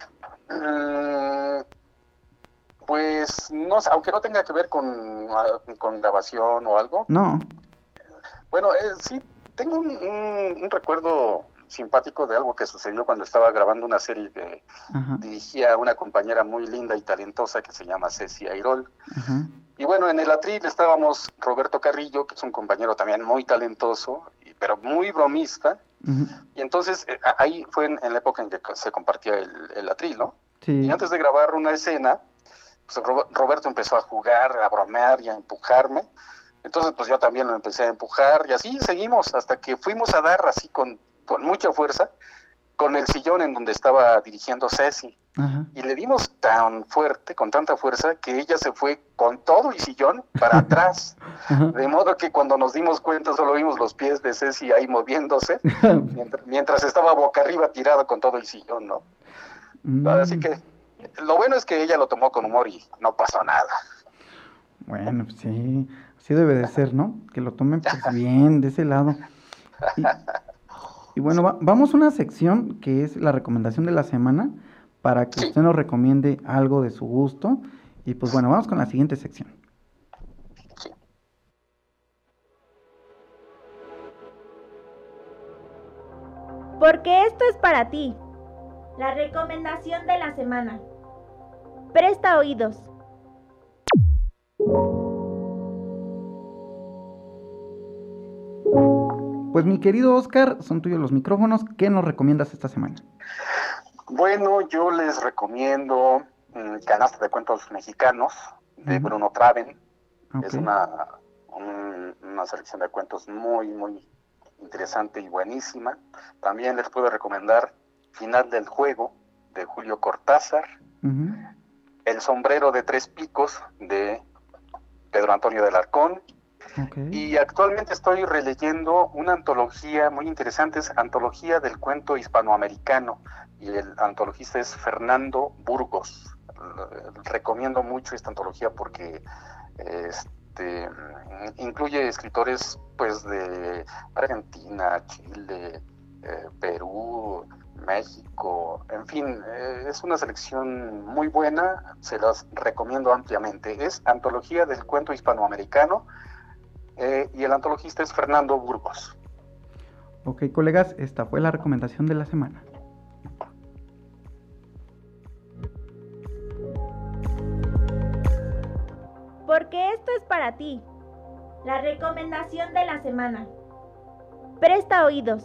Pues no, aunque no tenga que ver con grabación o algo. No. Bueno, sí, tengo un recuerdo simpático de algo que sucedió cuando estaba grabando una serie que dirigía a una compañera muy linda y talentosa que se llama Ceci Airol. Y bueno, en el atril estábamos Roberto Carrillo, que es un compañero también muy talentoso, pero muy bromista. Y entonces ahí fue en la época en que se compartía el atril, ¿no? Sí. Y antes de grabar una escena, pues Roberto empezó a jugar, a bromear y a empujarme. Entonces pues yo también lo empecé a empujar y así seguimos hasta que fuimos a dar así con mucha fuerza con el sillón en donde estaba dirigiendo Ceci. Y le dimos tan fuerte, con tanta fuerza, que ella se fue con todo y sillón para atrás. De modo que cuando nos dimos cuenta solo vimos los pies de Ceci ahí moviéndose, mientras estaba boca arriba tirado con todo el sillón, ¿no? Así que lo bueno es que ella lo tomó con humor y no pasó nada. Bueno, pues sí, así debe de ser, ¿no? Que lo tomen pues bien, de ese lado. Y bueno, vamos a una sección que es la recomendación de la semana, para que usted nos recomiende algo de su gusto. Y pues bueno, vamos con la siguiente sección. Porque esto es para ti. La recomendación de la semana. Presta oídos. Pues mi querido Oscar, son tuyos los micrófonos. ¿Qué nos recomiendas esta semana? Bueno, yo les recomiendo Canasta de Cuentos Mexicanos, de Bruno Traven. Es una selección de cuentos muy, muy interesante y buenísima. También les puedo recomendar Final del Juego, de Julio Cortázar. El Sombrero de Tres Picos, de Pedro Antonio del Arcón. Y actualmente estoy releyendo una antología muy interesante, es Antología del Cuento Hispanoamericano, y el antologista es Fernando Burgos. Recomiendo mucho esta antología porque incluye escritores pues de Argentina, Chile, Perú, México, en fin, es una selección muy buena, se las recomiendo ampliamente. Es Antología del Cuento Hispanoamericano, y el antologista es Fernando Burgos. Ok, colegas, esta fue la recomendación de la semana. Porque esto es para ti. La recomendación de la semana. Presta oídos.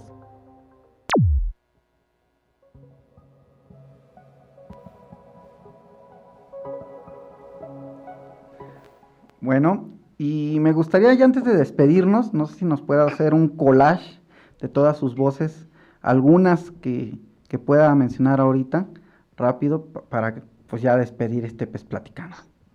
Bueno, Y me gustaría ya antes de despedirnos, no sé si nos pueda hacer un collage de todas sus voces, algunas que pueda mencionar ahorita, rápido, para pues ya despedir este Pez Platicando.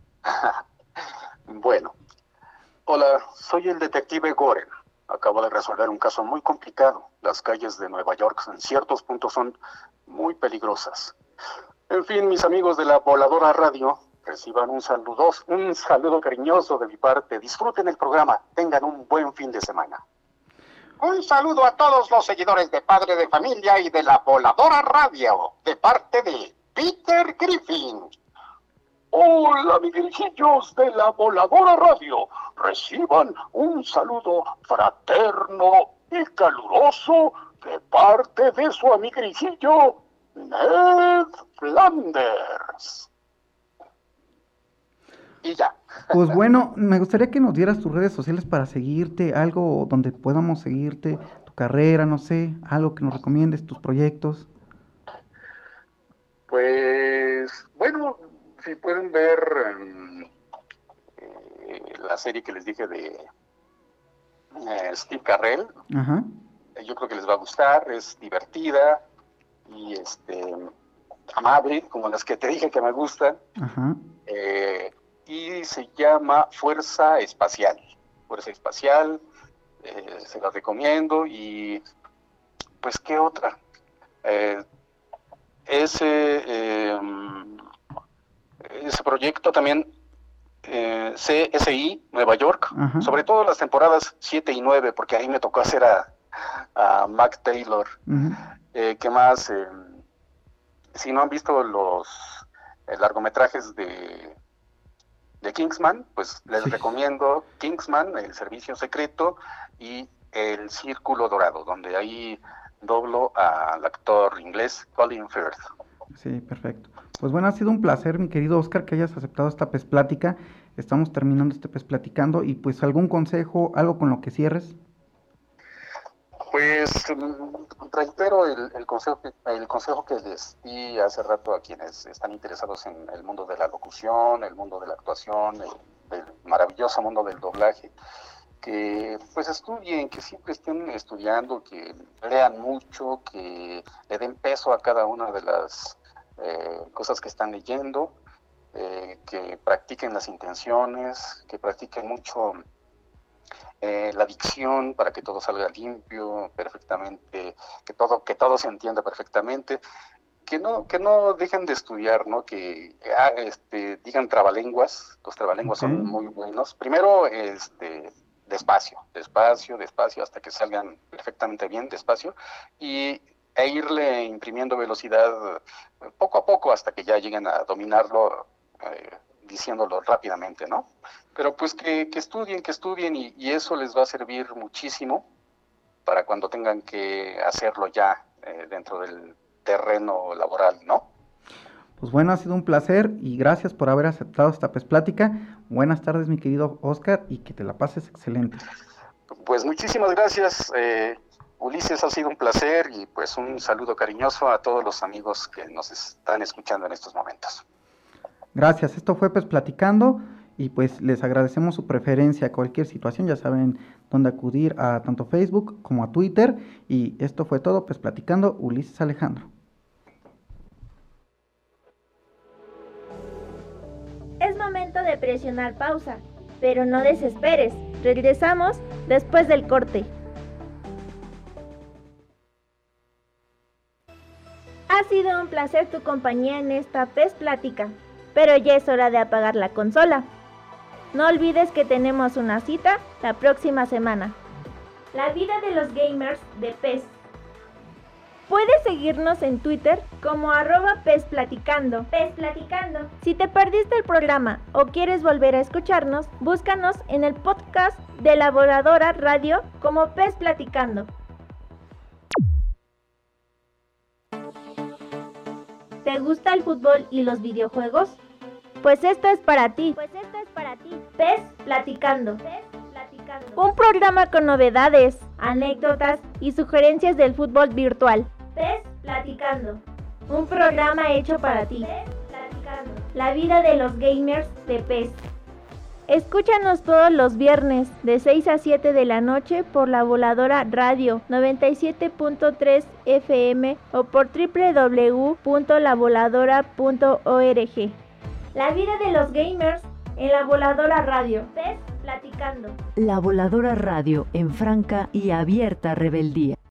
Bueno, hola, soy el detective Goren. Acabo de resolver un caso muy complicado. Las calles de Nueva York en ciertos puntos son muy peligrosas. En fin, mis amigos de la Voladora Radio, reciban un saludo cariñoso de mi parte. Disfruten el programa. Tengan un buen fin de semana. Un saludo a todos los seguidores de Padre de Familia y de la Voladora Radio, de parte de Peter Griffin. Hola, amiguillos de la Voladora Radio. Reciban un saludo fraterno y caluroso de parte de su amiguillo Ned Flanders. Y ya. Pues bueno, me gustaría que nos dieras tus redes sociales para seguirte, algo donde podamos seguirte, tu carrera, no sé, algo que nos recomiendes, tus proyectos. Pues, bueno, si pueden ver la serie que les dije de Steve Carell, Ajá. Yo creo que les va a gustar, es divertida y amable, como las que te dije que me gustan. Ajá. Y se llama Fuerza Espacial. Fuerza Espacial, se la recomiendo. Y pues, ¿qué otra? Ese proyecto también, CSI Nueva York, Ajá. sobre todo las temporadas 7 y 9, porque ahí me tocó hacer a Mac Taylor. Uh-huh. ¿Qué más? Si no han visto los largometrajes de Kingsman, pues les recomiendo Kingsman, El Servicio Secreto y El Círculo Dorado, donde ahí doblo al actor inglés Colin Firth. Sí, perfecto. Pues bueno, ha sido un placer, mi querido Oscar, que hayas aceptado esta Pez Plática. Estamos terminando este Pez Platicando y pues algún consejo, algo con lo que cierres. Pues reitero el consejo que les di hace rato a quienes están interesados en el mundo de la locución, el mundo de la actuación, el maravilloso mundo del doblaje, que pues estudien, que siempre estén estudiando, que lean mucho, que le den peso a cada una de las cosas que están leyendo, que practiquen las intenciones, que practiquen mucho la dicción para que todo salga limpio, perfectamente, que todo se entienda perfectamente, que no dejen de estudiar, ¿no? Que digan trabalenguas. Los trabalenguas son muy buenos. Primero, despacio hasta que salgan perfectamente bien, despacio, e irle imprimiendo velocidad poco a poco hasta que ya lleguen a dominarlo, diciéndolo rápidamente, ¿no? Pero pues que estudien y eso les va a servir muchísimo para cuando tengan que hacerlo ya dentro del terreno laboral, ¿no? Pues bueno, ha sido un placer y gracias por haber aceptado esta Pez Plática. Buenas tardes, mi querido Oscar, y que te la pases excelente. Pues muchísimas gracias, Ulises, ha sido un placer y pues un saludo cariñoso a todos los amigos que nos están escuchando en estos momentos. Gracias, esto fue Pez Platicando y pues les agradecemos su preferencia a cualquier situación, ya saben dónde acudir a tanto Facebook como a Twitter y esto fue todo, Pez Platicando, Ulises Alejandro. Es momento de presionar pausa, pero no desesperes, regresamos después del corte. Ha sido un placer tu compañía en esta Pez Plática, pero ya es hora de apagar la consola. No olvides que tenemos una cita la próxima semana. La vida de los gamers de Pez. Puedes seguirnos en Twitter como @PezPlaticando. Pez Platicando. Si te perdiste el programa o quieres volver a escucharnos, búscanos en el podcast de la Voladora Radio como Pez Platicando. ¿Te gusta el fútbol y los videojuegos? Pues esto es para ti. Pez Platicando. Un programa con novedades, anécdotas y sugerencias del fútbol virtual. Pez Platicando. Un programa hecho para ti. La vida de los gamers de Pez. Escúchanos todos los viernes de 6 a 7 de la noche por La Voladora Radio 97.3 FM o por www.lavoladora.org. La vida de los gamers en La Voladora Radio. PES Platicando. La Voladora Radio en franca y abierta rebeldía.